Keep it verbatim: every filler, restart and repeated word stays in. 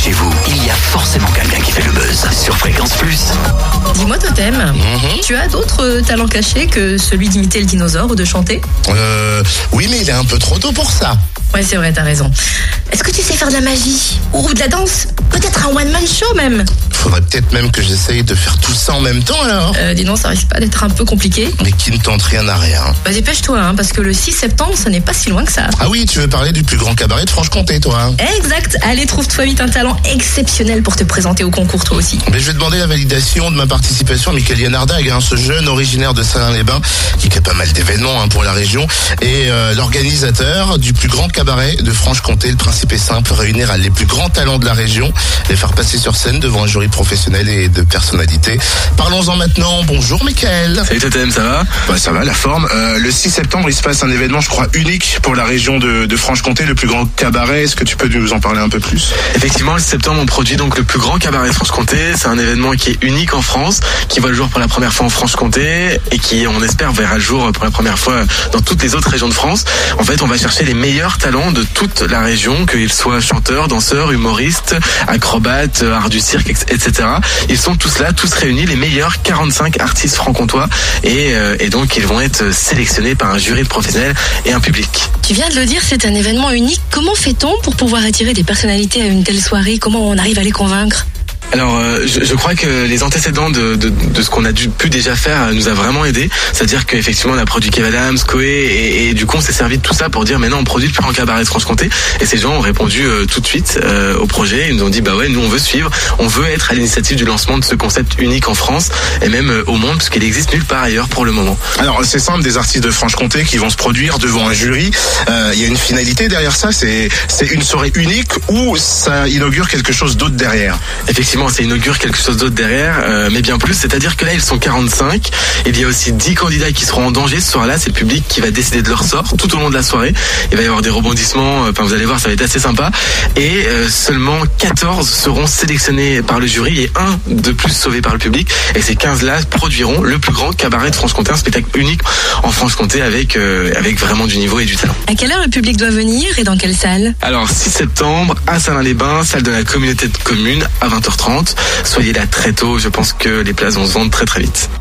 chez vous, il y a forcément quelqu'un qui fait le buzz sur Fréquence Plus. Dis-moi Totem, mm-hmm. tu as d'autres talents cachés que celui d'imiter le dinosaure ou de chanter ? Euh, oui, mais il est un peu trop tôt pour ça. Ouais, c'est vrai, t'as raison. Est-ce que tu sais faire de la magie ? Ou de la danse ? Peut-être un one-man show même ? Faudrait peut-être même que j'essaye de faire tout ça en même temps alors. Euh, dis donc, ça risque pas d'être un peu compliqué ? Mais qui ne tente rien à rien. Bah dépêche-toi, hein, parce que le six septembre, ça n'est pas si loin que ça. Ah oui, tu veux parler du plus grand cabaret de Franche-Comté, toi ? Exact. Allez, trouve-toi vite un talent exceptionnel pour te présenter au concours, toi aussi. Mais je vais demander la validation de ma participation à Michael Yanardag, hein, ce jeune originaire de Salins-les-Bains, qui fait pas mal d'événements hein, pour la région, et euh, l'organisateur du plus grand cabaret de Franche-Comté. Le principe est simple, réunir les plus grands talents de la région, les faire passer sur scène devant un jury professionnel et de personnalité. Parlons-en maintenant. Bonjour Mickaël. Salut Totem, ça va ? Bah ça va, la forme. Euh, le six septembre, il se passe un événement, je crois, unique pour la région de, de Franche-Comté, le plus grand cabaret. Est-ce que tu peux nous en parler un peu plus ? Effectivement, le six septembre, on produit donc le plus grand cabaret de Franche-Comté. C'est un événement qui est unique en France, qui voit le jour pour la première fois en Franche-Comté et qui, on espère, verra le jour pour la première fois dans toutes les autres régions de France. En fait, on va chercher les meilleurs talents de toute la région, qu'ils soient chanteurs, danseurs, humoristes, acrobates, art du cirque, et cetera. Ils sont tous là, tous réunis, les meilleurs quarante-cinq artistes franc-comtois et, euh, et donc ils vont être sélectionnés par un jury de professionnels et un public. Tu viens de le dire, c'est un événement unique. Comment fait-on pour pouvoir attirer des personnalités à une telle soirée ? Comment on arrive à les convaincre ? Alors, euh, je, je crois que les antécédents de, de, de ce qu'on a dû, pu déjà faire nous a vraiment aidé. C'est-à-dire qu'effectivement, on a produit Kev Adams, Coé, et, et du coup, on s'est servi de tout ça pour dire, maintenant, on produit le plus grand cabaret de Franche-Comté. Et ces gens ont répondu euh, tout de suite euh, au projet. Ils nous ont dit, bah ouais, nous, on veut suivre. On veut être à l'initiative du lancement de ce concept unique en France et même euh, au monde, parce qu'il existe nulle part ailleurs pour le moment. Alors, c'est simple, des artistes de Franche-Comté qui vont se produire devant un jury. Euh, il y a une finalité derrière ça. C'est, c'est une soirée unique ou ça inaugure quelque chose d'autre derrière ? Effectivement, ça inaugure quelque chose d'autre derrière, euh, mais bien plus, c'est-à-dire que là ils sont quarante-cinq, il y a aussi dix candidats qui seront en danger ce soir-là, c'est le public qui va décider de leur sort tout au long de la soirée, il va y avoir des rebondissements, enfin vous allez voir, ça va être assez sympa, et euh, seulement quatorze seront sélectionnés par le jury et un de plus sauvé par le public, et ces quinze-là produiront le plus grand cabaret de Franche-Comté, un spectacle unique en Franche-Comté avec, euh, avec vraiment du niveau et du talent. À quelle heure le public doit venir et dans quelle salle ? Alors six septembre à Salins-les-Bains, salle de la communauté de communes à vingt heures trente. Soyez là très tôt, je pense que les places vont se vendre très très vite.